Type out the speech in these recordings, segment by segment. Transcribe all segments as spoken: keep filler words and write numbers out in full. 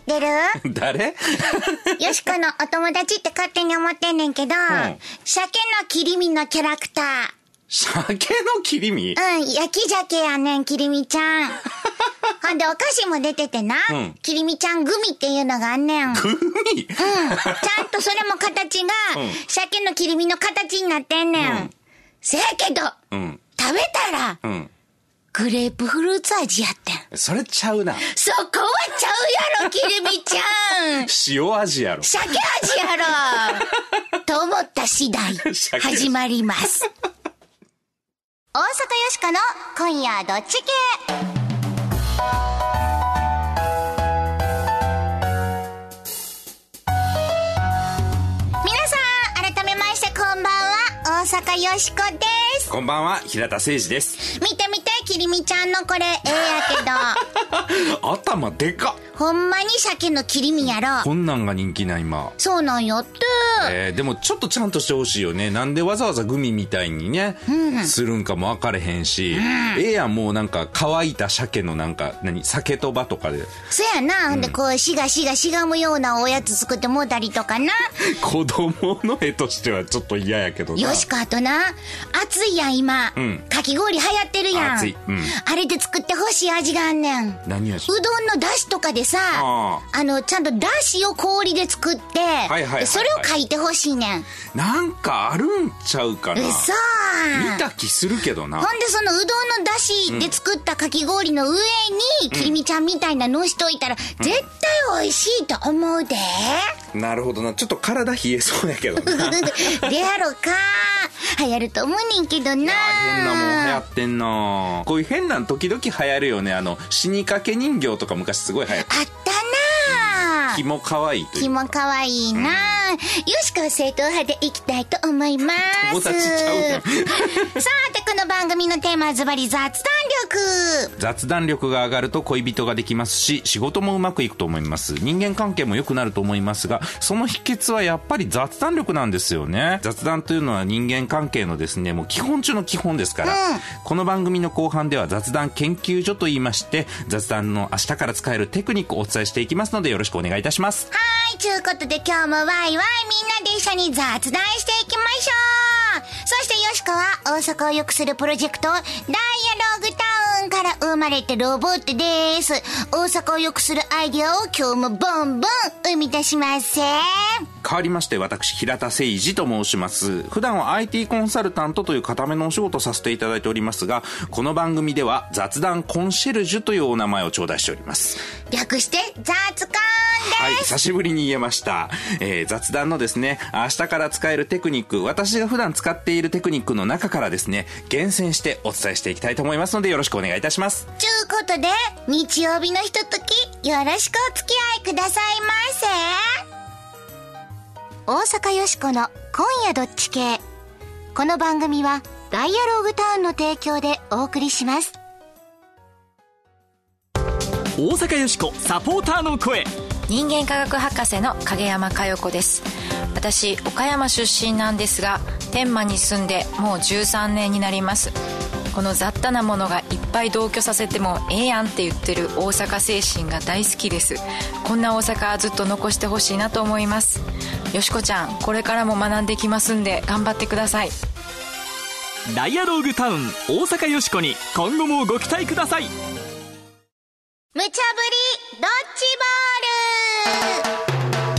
ってる？ 誰？ よしこのお友達って勝手に思ってんねんけど、うん、鮭の切り身のキャラクター。 鮭の切り身？ うん、焼き鮭やねん、切り身ちゃん。ほんで、お菓子も出ててな、うん、切り身ちゃんグミっていうのがあんねん。 グミ？うん。 ちゃんとそれも形が、うん、鮭の切り身の形になってんねん。うん、せやけど、うん、食べたら、うん、グレープフルーツ味やってん。 それちゃうな。 そこはちゃうやろ、切り身ちゃん。 塩味やろ。 鮭味やろ。と思った次第、始まります。大阪よしこの今夜どっち系。皆さん改めましてこんばんは、大阪よしこです。 こんばんは、平田誠二です。 見て見て、きりみちゃんのこれええやけど頭でかっ。 ほんまに鮭の切り身やろ。 こんなんが人気な今。 そうなんよって。 えー、でもちょっとちゃんとしてほしいよね。なんでわざわざグミみたいにね、うん、するんかも分かれへんし、うん、ええやん、もうなんか乾いた鮭のなんか何鮭とばとかで。 そやな、うん、でこうしがしがしがむようなおやつ作ってもうたりとかな。 子供の絵としてはちょっと嫌やけどな。 よしか、あとな、暑いやん今、うん、かき氷流行ってるやん。暑い、うん、あれで作ってほしい味があんねん。 何味？ うどんのだしとかでさ、ああのちゃんとだしを氷で作って、はいはいはいはい、それを書いてほしいねん。 なんかあるんちゃうかな。 うそー、 見た気するけどな。 ほんでそのうどんのだしで作ったかき氷の上に、うん、きりみちゃんみたいなのしといたら、うん、絶対美味しいと思うで。 なるほどな。ちょっと体冷えそうやけどな。 でやろか。流行ると思うねんけどな。いや、 変なもん流行ってんな。こういう変なん時々流行るよね。あの死にかけ人形とか昔すごい流行って。 あったな。 気も可愛いというか。 気も可愛いな、うん、よしこは正統派でいきたいと思います。 友達ちゃうやん。 さてこの番組のテーマはズバリ雑談力。 雑談力が上がると恋人ができますし、仕事もうまくいくと思います。人間関係も良くなると思いますが、その秘訣はやっぱり雑談力なんですよね。雑談というのは人間関係のですね、もう基本中の基本ですから、うん、この番組の後半では雑談研究所と言いまして、雑談の明日から使えるテクニックをお伝えしていきますので、よろしくお願いいたします。 はい、ということで今日もワイワイみんなで一緒に雑談していきましょう。そしてよしこは大阪を良くするプロジェクトダイアローグタウンから生まれてロボットです。大阪を良くするアイディアを今日もボンボン生み出します。 変わりまして私平田誠二と申します。普段は アイティー コンサルタントという固めのお仕事をさせていただいておりますが、この番組では雑談コンシェルジュというお名前を頂戴しております。 略して雑談です。 はい、久しぶりに言えました。えー、雑談のですね、明日から使えるテクニック、私が普段使っているテクニックの中からですね、厳選してお伝えしていきたいと思いますので、よろしくお願いいたします。 ということで日曜日のひとときよろしくお付き合いくださいませ。大阪よしこの今夜どっち系。この番組はダイアローグタウンの提供でお送りします。 大阪よしこサポーターの声。 人間科学博士の影山佳代子です。私岡山出身なんですが、天満に住んでもうじゅうさんねんになります。この雑多なものがいっぱい同居させてもええやんって言ってる大阪精神が大好きです。こんな大阪ずっと残してほしいなと思います。よしこちゃん、これからも学んできますんで頑張ってください。 ダイアローグタウン大阪よしこに今後もご期待ください。 無茶ぶりドッジボール。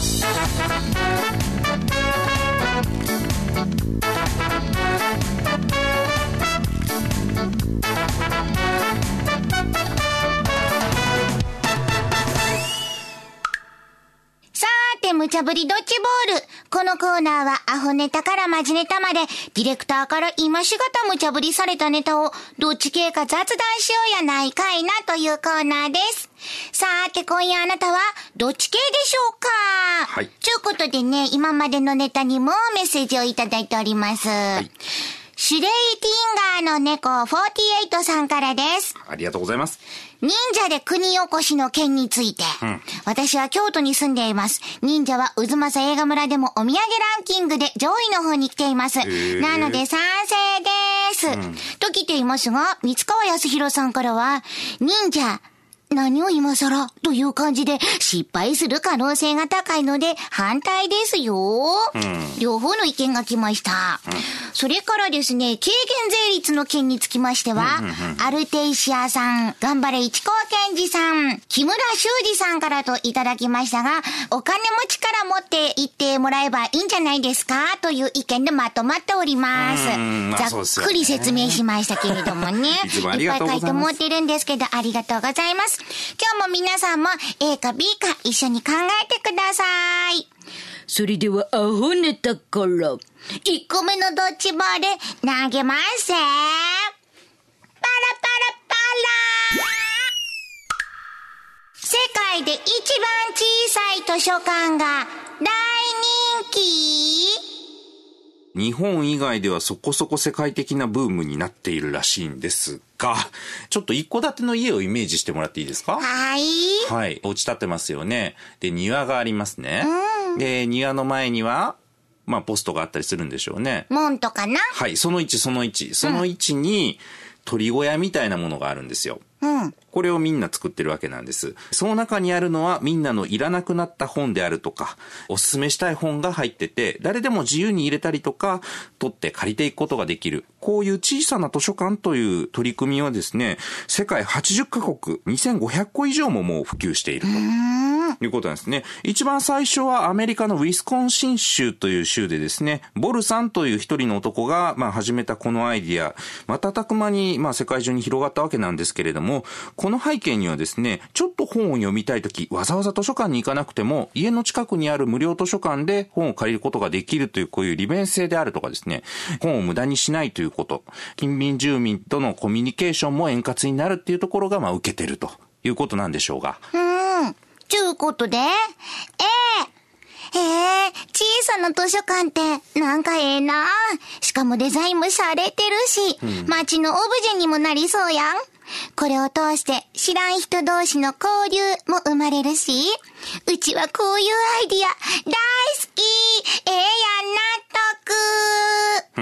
無茶ぶりドッジボール。このコーナーはアホネタからマジネタまでディレクターから今しがた無茶ぶりされたネタをどっち系か雑談しようやないかいなというコーナーです。さて今夜あなたはどっち系でしょうか。 はい。 ということでね、今までのネタにもメッセージをいただいております。はい。シュレイティンガーの猫よんじゅうはちさんからです。 ありがとうございます。 忍者で国おこしの件について、うん、私は京都に住んでいます。忍者は渦政映画村でもお土産ランキングで上位の方に来ています。なので賛成です、うん、と来ていますが、三川康弘さんからは忍者何を今更という感じで失敗する可能性が高いので反対ですよ。うん、両方の意見が来ました。うん、それからですね、軽減税率の件につきましては、うんうんうん、アルテイシアさん、頑張れ一高健二さん、木村修二さんからといただきましたが、お金持ちから持って行ってもらえばいいんじゃないですかという意見でまとまっております。まあ、ざっくり説明しましたけれどもね。いつもありがとうございます。いっぱい書いて持ってるんですけど、ありがとうございます。今日も皆さんも A か B か一緒に考えてください。 それではアホネタからいっこめのドッジボール投げますパラパラパラ。世界で一番小さい図書館が大人気。 日本以外ではそこそこ世界的なブームになっているらしいんですが、ちょっと一戸建ての家をイメージしてもらっていいですか？ はい。 はい。お家建ってますよね。で、庭がありますね。うん、で、庭の前には、まあ、ポストがあったりするんでしょうね。 門とかな？ はい。その位置、その位置。その位置に、鳥小屋みたいなものがあるんですよ。うん。これをみんな作ってるわけなんです。その中にあるのはみんなのいらなくなった本であるとか、おすすめしたい本が入ってて、誰でも自由に入れたりとか、取って借りていくことができる。こういう小さな図書館という取り組みはですね、世界はちじゅっカ国、にせんごひゃっこ以上ももう普及していると。いうことなんですね。一番最初はアメリカのウィスコンシン州という州でですね、ボルさんという一人の男が、まあ、始めたこのアイディア、瞬く間に、まあ、世界中に広がったわけなんですけれども、この背景にはですね、ちょっと本を読みたいとき、わざわざ図書館に行かなくても、家の近くにある無料図書館で本を借りることができるという、こういう利便性であるとかですね、本を無駄にしないということ、近隣住民とのコミュニケーションも円滑になるっていうところが、まあ、受けてるということなんでしょうが。 うん。ちゅうことで、ええ、へえ、小さな図書館ってなんかええな。しかもデザインも洒落てるし、うん、街のオブジェにもなりそうやん。これを通して知らん人同士の交流も生まれるし、うちはこういうアイディア大好き。ええやん、納得。うん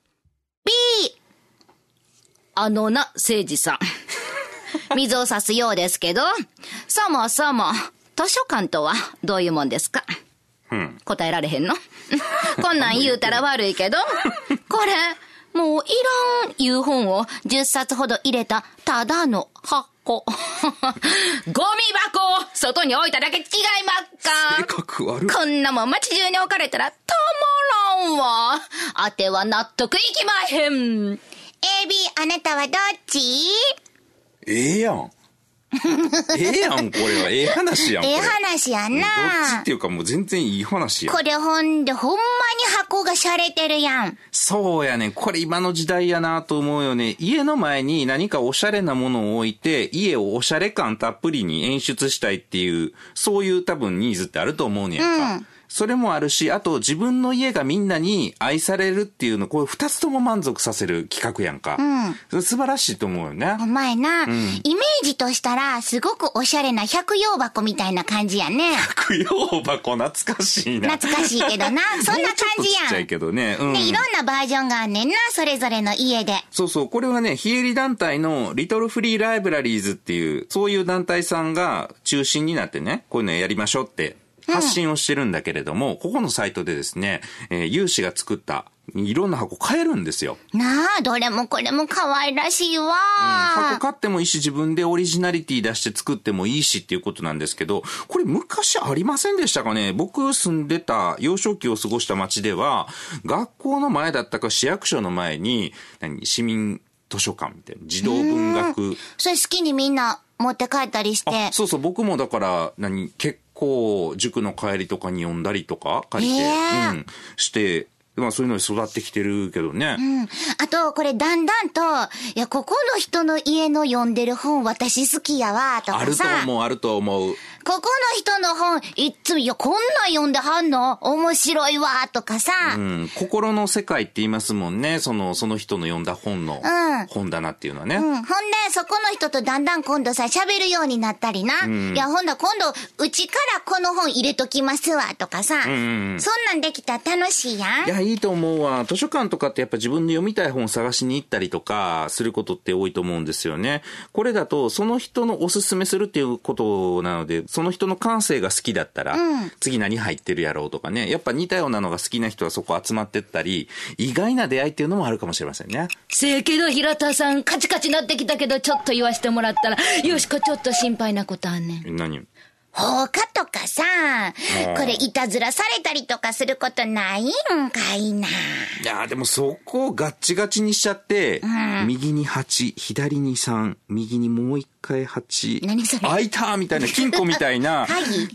。B。 あのな、誠治さん。水を差すようですけど、そもそも図書館とはどういうもんですか？うん、答えられへんの？こんなん言うたら悪いけど、これもういらんいう本をじゅっさつほど入れたただの箱。ゴミ箱を外に置いただけ違いますか？ 性格悪い。 こんなもん街中に置かれたらたまらんわ。あては納得いきまへん。 エービー あなたはどっち？ ええやん。ええやん、これは。ええ話やん。 ええ話やんな。 どっちっていうかもう全然いい話やん。 これほんで、ほんまに箱が洒落てるやん。 そうやねん。これ今の時代やなと思うよね。家の前に何かおしゃれなものを置いて、家をおしゃれ感たっぷりに演出したいっていう、そういう多分ニーズってあると思うねやんか。うん、それもあるし、あと自分の家がみんなに愛されるっていうの、これ二つとも満足させる企画やんか。うん。素晴らしいと思うよね。 お前な、うん、イメージとしたら、すごくおしゃれな百葉箱みたいな感じやね。 百葉箱懐かしいな。 懐かしいけどな。そんな感じやん。 ちっちゃいけどね。うん。 で、いろんなバージョンがあんねんな、それぞれの家で。 そうそう。これはね、非営利団体のリトルフリーライブラリーズっていう、そういう団体さんが中心になってね、こういうのやりましょうって。発信をしてるんだけれども、うん、ここのサイトでですね、えー、有志が作ったいろんな箱買えるんですよ。 なあ、どれもこれも可愛らしいわ、うん。 箱買ってもいいし、自分でオリジナリティ出して作ってもいいしっていうことなんですけど、これ昔ありませんでしたかね？僕住んでた幼少期を過ごした町では、学校の前だったか市役所の前に、何、市民図書館みたいな、児童文学。 それ好きにみんな持って帰ったりして。 そうそう、僕もだから、何、結構塾の帰りとかに読んだりとか借りて、うん、して、まあそういうのに育ってきてるけどね。うん。 あと、これだんだんと、いや、ここの人の家の読んでる本私好きやわ、とかさ。 あると思う、あると思う。 ここの人の本、いっつも、いや、こんなん読んではんの面白いわ、とかさ。 うん。心の世界って言いますもんね。その、その人の読んだ本の、本棚っていうのはね。うん。ほんで、 そこの人とだんだん今度さ、喋るようになったりな。うん、いや、ほんだ、今度、うちからこの本入れときますわ、とかさ。うん。そんなんできたら楽しいやん。 いや、 いいと思うわ。図書館とかってやっぱ自分で読みたい本を探しに行ったりとかすることって多いと思うんですよね。これだとその人のおすすめするっていうことなので、その人の感性が好きだったら、うん、次何入ってるやろうとかね、やっぱ似たようなのが好きな人はそこ集まってったり、意外な出会いっていうのもあるかもしれませんね。 せやけど平田さん、カチカチなってきたけどちょっと言わしてもらったら、よしこちょっと心配なことあんねん。 何？ 放火とかさ、これいたずらされたりとかすることないんかいな。 いやでもそこをガッチガチにしちゃって、うん、右にはち、左にさん、右にもう一回はち、 何それ開いたみたいな、金庫みたいな、はい、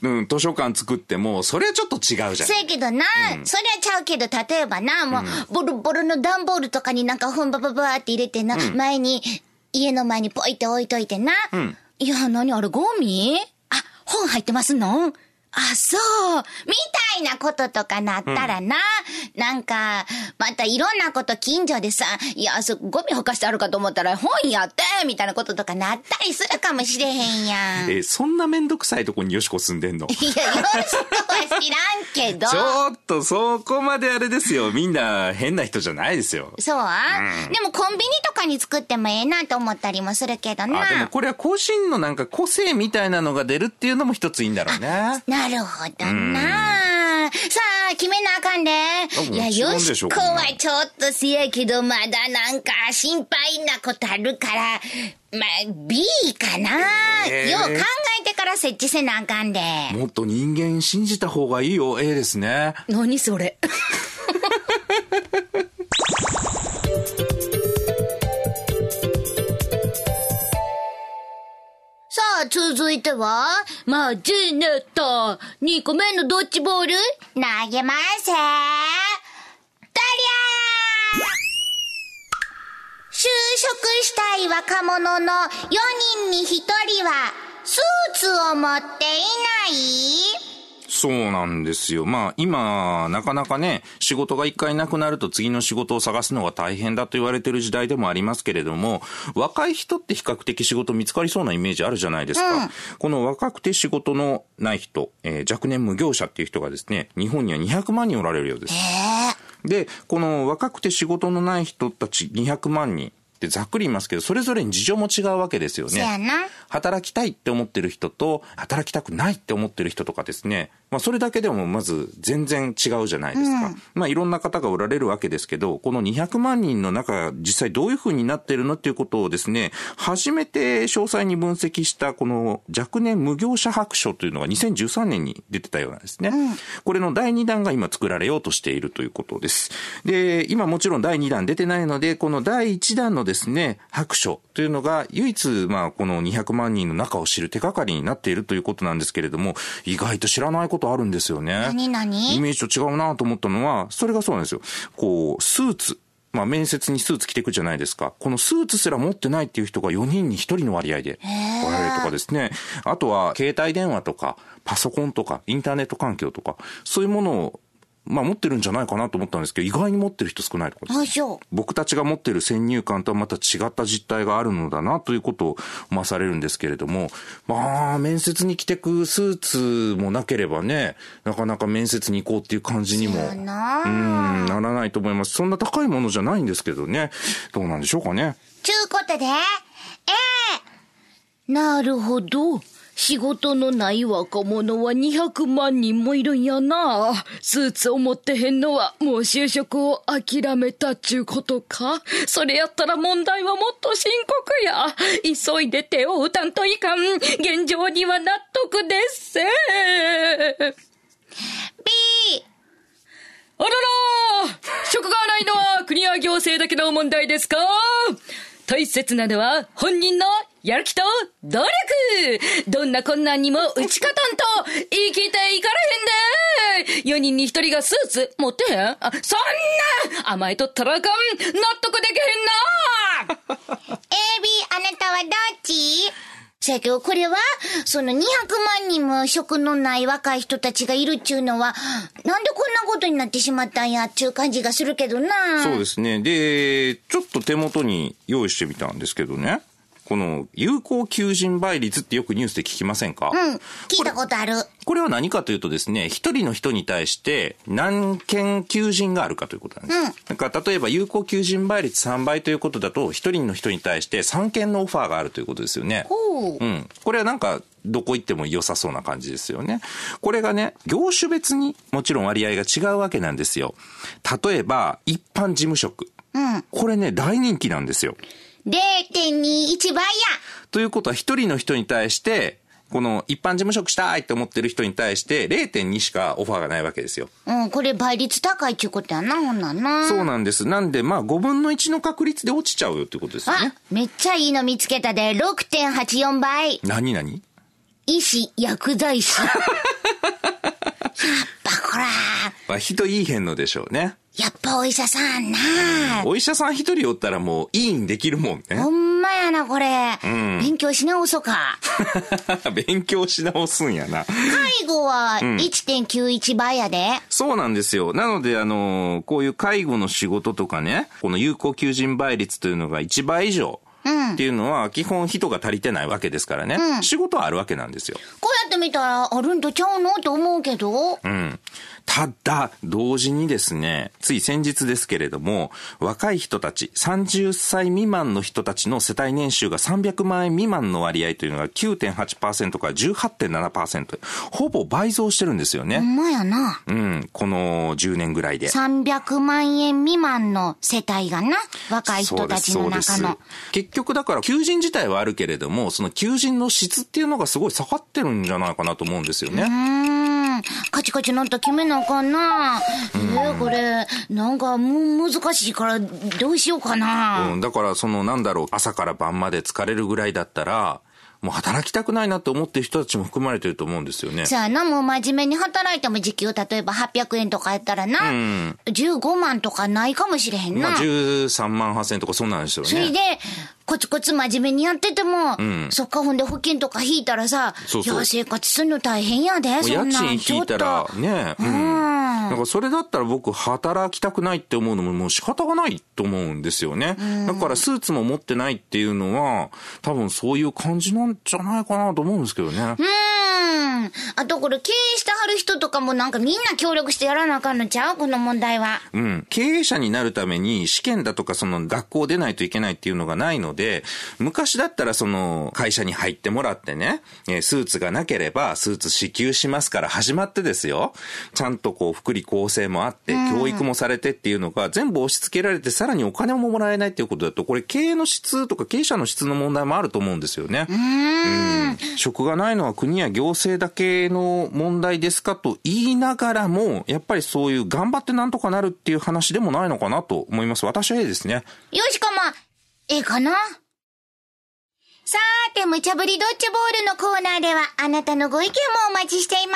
うん、図書館作ってもそれはちょっと違うじゃん。 そうやけどな、うん、それはちゃうけど、例えばな、もう、うん、ボロボロの段ボールとかになんか本バババーって入れてな、うん、前に家の前にポイって置いといてな、うん、いや何あれゴミ？あ、本入ってますの？あ、そうみたいなこととかなったらな、うん、なんかまたいろんなこと近所でさ、いやそゴミほかしてあるかと思ったら本やってみたいなこととかなったりするかもしれへんやん。 えー、そんなめんどくさいとこによしこ住んでんの？ いやよしこは知らんけどちょっとそこまであれですよ、みんな変な人じゃないですよ。 そう、うん、でもコンビニとかに作ってもええなと思ったりもするけどな。 あ、でもこれは個人のなんか個性みたいなのが出るっていうのも一ついいんだろうね。 なるほどな。さあ決めなあかんで。いやよしこはちょっとせやけどまだなんか心配なことあるから、まあ B かな、えー、よう考えてから設置せなあかんで。 もっと人間信じた方がいいよ。 A ですね。 何それさあ続いてはマジネタにこめのドッジボール投げませ。とりゃー就職したい若者のよにんにひとりはスーツを持っていない？ そうなんですよ。まあ今なかなかね、仕事が一回なくなると次の仕事を探すのが大変だと言われてる時代でもありますけれども、若い人って比較的仕事見つかりそうなイメージあるじゃないですか、うん、この若くて仕事のない人、えー、若年無業者っていう人がですね、日本にはにひゃくまんにんおられるようです。でこの若くて仕事のない人たちにひゃくまんにんってざっくり言いますけど、それぞれに事情も違うわけですよね。 そうやな。 働きたいって思ってる人と働きたくないって思ってる人とかですね、まあそれだけでもまず全然違うじゃないですか、うん、まあいろんな方がおられるわけですけど、このにひゃくまんにんの中実際どういう風になってるのっていうことをですね、初めて詳細に分析したこの若年無業者白書というのがにせんじゅうさんねんに出てたようなんですね、うん、これのだいにだんが今作られようとしているということです。で今もちろんだいにだん出てないので、このだいいちだんのですね白書というのが唯一まあこのにひゃくまんにんの中を知る手がかりになっているということなんですけれども、意外と知らないことあるんですよね。 何何？ イメージと違うなと思ったのは、それがそうなんですよ。こうスーツ、まあ面接にスーツ着てくじゃないですか。このスーツすら持ってないっていう人がよにんにひとりの割合でおられるとかですね。あとは携帯電話とかパソコンとかインターネット環境とかそういうものをまあ持ってるんじゃないかなと思ったんですけど、意外に持ってる人少ないとかです、ね、僕たちが持ってる先入観とはまた違った実態があるのだなということを思わされるんですけれども、まあ面接に着てくスーツもなければね、なかなか面接に行こうっていう感じにもうんならないと思います。そんな高いものじゃないんですけどね、どうなんでしょうかね。 ちゅうことで、ええなるほど。仕事のない若者はにひゃくまんにんもいるんやな。スーツを持ってへんのはもう就職を諦めたっちゅうことか。それやったら問題はもっと深刻や。急いで手を打たんといかん。現状には納得ですせ。 B。 あらら、職がないのは国や行政だけの問題ですか？大切なのは本人のやる気と努力。どんな困難にも打ち勝たんと生きていかれへんで。よにんにひとりがスーツ持ってへん？あ、そんな甘えとったらあかん。納得できへんな。 エービー あなたはどっち？せやけどこれはそのにひゃくまんにんも職のない若い人たちがいるっちゅうのは、なんでこんなことになってしまったんやっちゅう感じがするけどな。 そうですね。でちょっと手元に用意してみたんですけどね、 この有効求人倍率ってよくニュースで聞きませんか？ うん、聞いたことある。 これは何かというとですね、一人の人に対して何件求人があるかということなんです。うん、だから例えば有効求人倍率さんばいということだと、一人の人に対してさんけんのオファーがあるということですよね。 ほう。 うん。これはなんか、どこ行っても良さそうな感じですよね。これがね、業種別にもちろん割合が違うわけなんですよ。例えば、一般事務職。うん。これね、大人気なんですよ。 れいてんにいち 倍や。 ということは、一人の人に対して、この一般事務職したいって思ってる人に対して れいてんに しかオファーがないわけですよ。 うん、これ倍率高いっていうことやな、ほんなんな。 そうなんです。なんで、まあごぶんのいちの確率で落ちちゃうよっていうことですよね。 あ、めっちゃいいの見つけたで、ろくてんはちよん 倍。 何何？ 医師、薬剤師。やっぱこら。 まあ人いいへんのでしょうね。 やっぱお医者さんな、 うん、お医者さん一人おったらもういいんできるもんね。 ほんまやなこれ、うん、勉強し直そうか。 勉強し直すんやな。 介護は いってんきゅういち 倍やで、うん、 そうなんですよ。なのであのー、こういう介護の仕事とかね、この有効求人倍率というのがいちばい以上っていうのは基本人が足りてないわけですからね、うん、仕事はあるわけなんですよ。 こうやって見たらあるんとちゃうのと思うけど、 うん、ただ同時にですね、つい先日ですけれども、若い人たちさんじゅっさい未満の人たちの世帯年収がさんびゃくまんえん未満の割合というのが きゅうてんはちパーセント から じゅうはちてんななパーセント、 ほぼ倍増してるんですよね。 ほんまやな。 うん、このじゅうねんぐらいでさんびゃくまんえん未満の世帯がな、若い人たちの中の。 結局だから求人自体はあるけれども、その求人の質っていうのがすごい下がってるんじゃないかなと思うんですよね。 うーん、カチカチなった決めなあかんな。えー、これなんかむ難しいからどうしようかな。 うん、だからそのなんだろう、朝から晩まで疲れるぐらいだったらもう働きたくないなって思ってる人たちも含まれてると思うんですよね。 さあな、もう真面目に働いても時給例えばはっぴゃくえんとかやったらな、うん、じゅうごまんとかないかもしれへんな。 まあ、じゅうさんまんはっせんとかそんなんでしょうね。 それでコツコツ真面目にやってても、うん、そっか、ほんで保険とか引いたらさ、そうそう、いや生活するの大変やで。そんな家賃引いたらね、うん、だからそれだったら僕働きたくないって思うのももう仕方がないと思うんですよね、うん、だからスーツも持ってないっていうのは多分そういう感じなんじゃないかなと思うんですけどね。 うん、あとこれ経営してはる人とかもなんかみんな協力してやらなあかんのちゃう、この問題は。 うん、経営者になるために試験だとかその学校出ないといけないっていうのがないので、昔だったらその会社に入ってもらってね、スーツがなければスーツ支給しますから始まってですよ、ちゃんとこう福利厚生もあって教育もされてっていうのが全部押し付けられて、さらにお金ももらえないっていうことだと、これ経営の質とか経営者の質の問題もあると思うんですよね。うーん、職がないのは国や行政だけの問題ですかと言いながらも、やっぱりそういう頑張ってなんとかなるっていう話でもないのかなと思います。私は A ですね。 よしこも A かな。さーて、無茶ぶりドッジボールのコーナーではあなたのご意見もお待ちしています。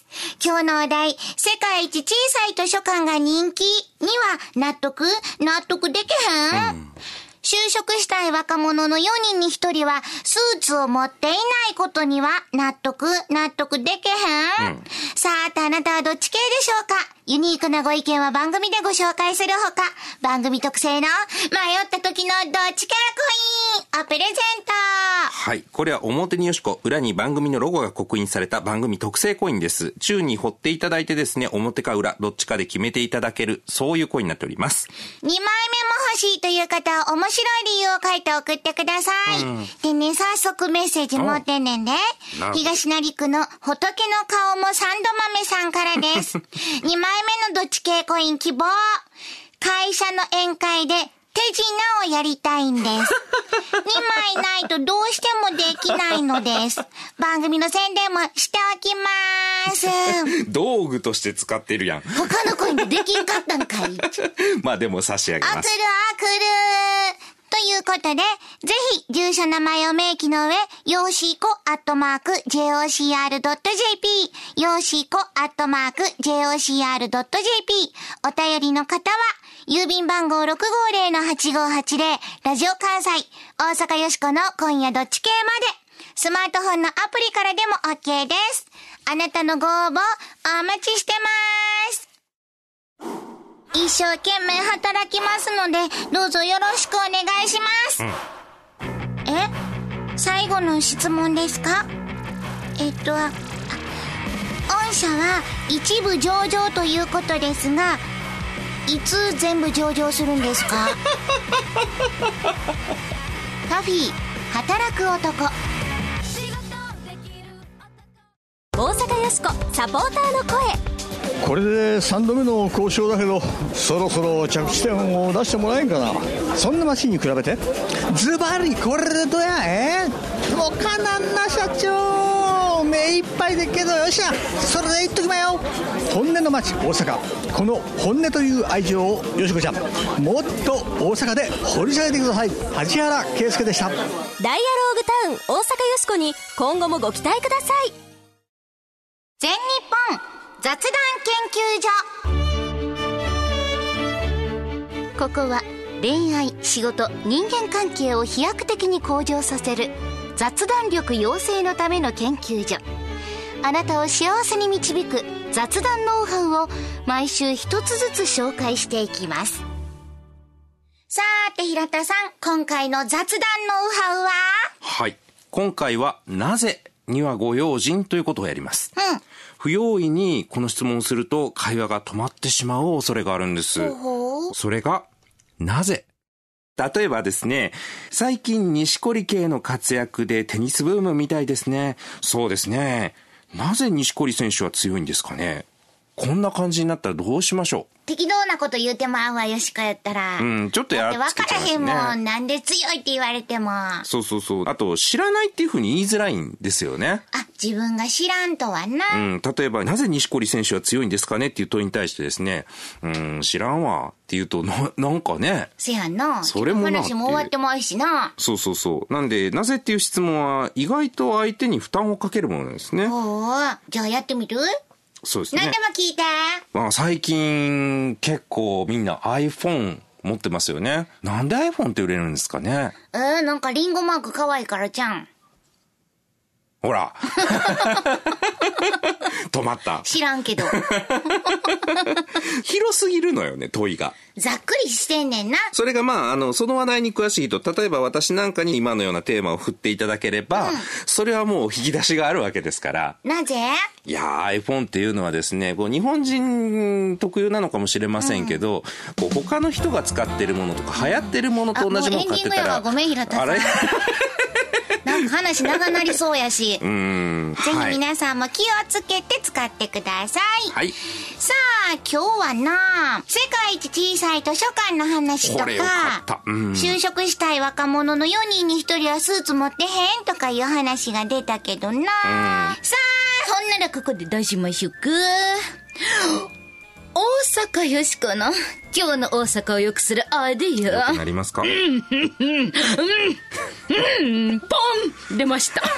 今日のお題、世界一小さい図書館が人気には納得納得できへん、うん、就職したい若者のよにんにひとりはスーツを持っていないことには納得納得できへん、うん、さあ、あなたはどっち系でしょうか。ユニークなご意見は番組でご紹介するほか、番組特製の迷った時のどっち系コインをプレゼント。 はい。これは表によしこ、裏に番組のロゴが刻印された番組特製コインです。宙に掘っていただいてですね、表か裏、どっちかで決めていただける、そういうコインになっております。 にまいめも欲しいという方は面白い理由を書いて送ってください。うん、でね、早速メッセージ持ってんねんで。東成区の仏の顔もサンド豆さんからです。にまいめのどっち系コイン希望。会社の宴会で手品をやりたいんです。にまいないとどうしてもできないのです。番組の宣伝もしておきます。 道具として使ってるやん。 他のコインでできんかったんかい。 まあでも差し上げます。 あくるあくる。ということで、ぜひ住所名前を明記の上、よーしーこアットマーク ジェイオーシーアールドットジェーピー、よーしーこアットマーク ジェイオーシーアールドットジェーピー、お便りの方は郵便番号 ろくごーぜろのはちごーはちぜろ ラジオ関西大阪よしこの今夜どっち系まで。スマートフォンのアプリからでも OK です。あなたのご応募お待ちしてます。一生懸命働きますのでどうぞよろしくお願いします、うん、え最後の質問ですか？えっと御社は一部上場ということですが、いつ全部上場するんですか？パフィー働く男。 大阪よしこサポーターの声。 これでさんどめの交渉だけど、そろそろ着地点を出してもらえんかな。そんなマシンに比べてズバリこれでどやえもうかなんな社長、目いっぱいでっけど、よっしゃそれで言っときまよ。本音の街大阪、この本音という愛情をよしこちゃん、もっと大阪で掘り下げてください。梶原圭介でした。 ダイアローグタウン大阪よしこに今後もご期待ください。 全日本雑談研究所。ここは恋愛、仕事、人間関係を飛躍的に向上させる雑談力養成のための研究所。あなたを幸せに導く雑談ノウハウを毎週一つずつ紹介していきます。さーて平田さん、今回の雑談ノウハウは？ はい。今回はなぜにはご用心ということをやります。 うん。 不用意にこの質問をすると会話が止まってしまう恐れがあるんです。 ほう。 それが、なぜ？例えばですね、最近錦織圭の活躍でテニスブームみたいですね。そうですね。なぜ錦織選手は強いんですかね。こんな感じになったらどうしましょう。 適当なこと言うてまうわ、よしこやったら。 うん、ちょっとやっつけちゃいますね。 分からへんもん。なんで強いって言われても。 そうそうそう。あと、知らないっていうふうに言いづらいんですよね。 あ、自分が知らんとはな。 うん、例えば、なぜ錦織選手は強いんですかねっていう問いに対してですね、うん、知らんわって言うと、な、なんかね。 せやんな。 それもな。 話も終わってもいいしな。 そうそうそう。なんで、なぜっていう質問は意外と相手に負担をかけるものなんですね。 おー、じゃあやってみる？ そうですね。 何でも聞いて。 まあ最近結構みんな iPhone 持ってますよね。なんで iPhone って売れるんですかね。 えー、なんかリンゴマーク可愛いからじゃん。 ほら。止まった。 知らんけど。 広すぎるのよね、問いが。 ざっくりしてんねんな。 それがまあ、あの、その話題に詳しい人、例えば私なんかに今のようなテーマを振っていただければ、うん、それはもう引き出しがあるわけですから。 なぜ？ いやー、iPhone っていうのはですね、こう日本人特有なのかもしれませんけど、うん、こう他の人が使ってるものとか流行ってるものと同じもの買ってたら。あ、もうエンディングやわ。 ごめん、平田さん。あれなんか話長なりそうやし。 うーん。 ぜひ皆さんも気をつけて使ってください。 はい。 さあ、今日はな、世界一小さい図書館の話とか、 これよかった。うん、 就職したい若者のよにんにひとりはスーツ持ってへんとかいう話が出たけどな。うん、さあ、ほんならここで出しましょうか。大阪よしこの今日の大阪を良くするアイディア。 良くなりますか？うん、うん、うん、 うん、ポン出ました。 大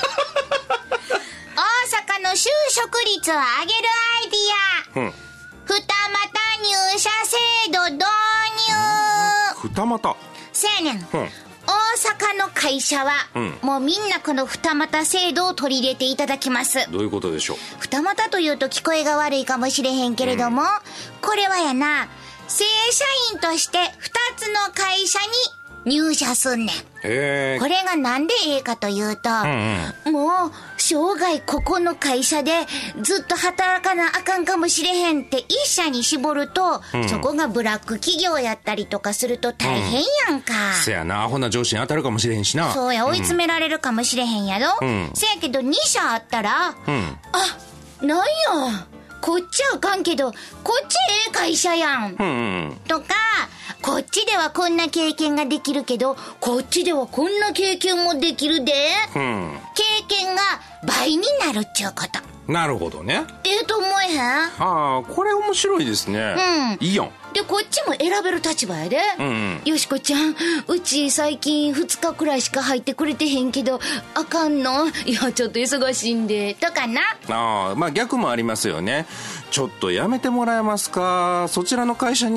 阪の就職率を上げるアイディア。うん。二股入社制度導入。 二股。 せやねん。うん。大阪の会社は、うん、もうみんなこの二股制度を取り入れていただきます。 どういうことでしょう？ 二股というと聞こえが悪いかもしれへんけれども、うん、これはやな、正社員として二つの会社に入社すんねん。 へー。 これがなんでええかというと、うんうん、もう生涯ここの会社でずっと働かなあかんかもしれへんって一社に絞ると、うん、そこがブラック企業やったりとかすると大変やんか。 うん、せやな、アホな上司に当たるかもしれへんしな。 そうや、追い詰められるかもしれへんやろ。うん、せやけどに社あったら、うん、あ、なんや、こっちはあかんけどこっちええ会社やん、うんうん、とか、こっちではこんな経験ができるけどこっちではこんな経験もできるで、うん、経験が倍になるっちゅうこと。 なるほどね。 ええと思えへん？ ああ、これ面白いですね。うん。いいやん。 で、こっちも選べる立場やで。うんうん。よしこちゃん、うち最近ふつかくらいしか入ってくれてへんけど、あかんの？いや、ちょっと忙しいんで。とかな。 ああ、まあ逆もありますよね。ちょっとやめてもらえますか？そちらの会社にっ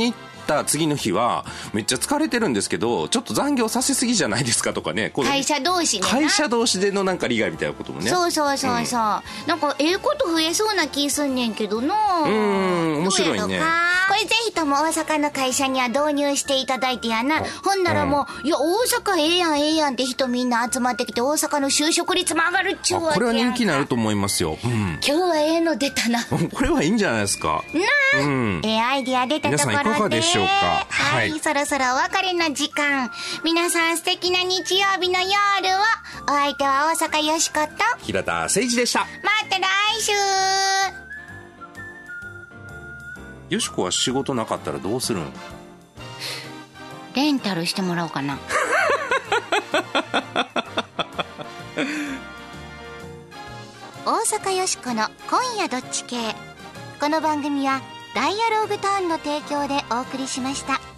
った次の日はめっちゃ疲れてるんですけどちょっと残業させすぎじゃないですかとかね、こう会社同士でな会社同士でのなんか利害みたいなこともね、 そうそうそうそう、うん、なんかええこと増えそうな気すんねんけどな。 うーん面白いね。 これぜひとも大阪の会社には導入していただいてやな。ほんならもう、うん、いや大阪ええやんええやんって人みんな集まってきて大阪の就職率も上がるっちゅうわけやんか。 これは人気になると思いますよ、うん、 今日はええの出たなこれはいいんじゃないですかなあ、うん、ええアイディア出たところで皆さんいかがでしょうか。 はい、はい、そろそろお別れの時間。皆さん素敵な日曜日の夜を。お相手は大阪よしこと平田誠二でした。 また来週。 よしこは仕事なかったらどうするん？ レンタルしてもらおうかな大阪よしこの今夜どっち系。この番組はダイアローグターンの提供でお送りしました。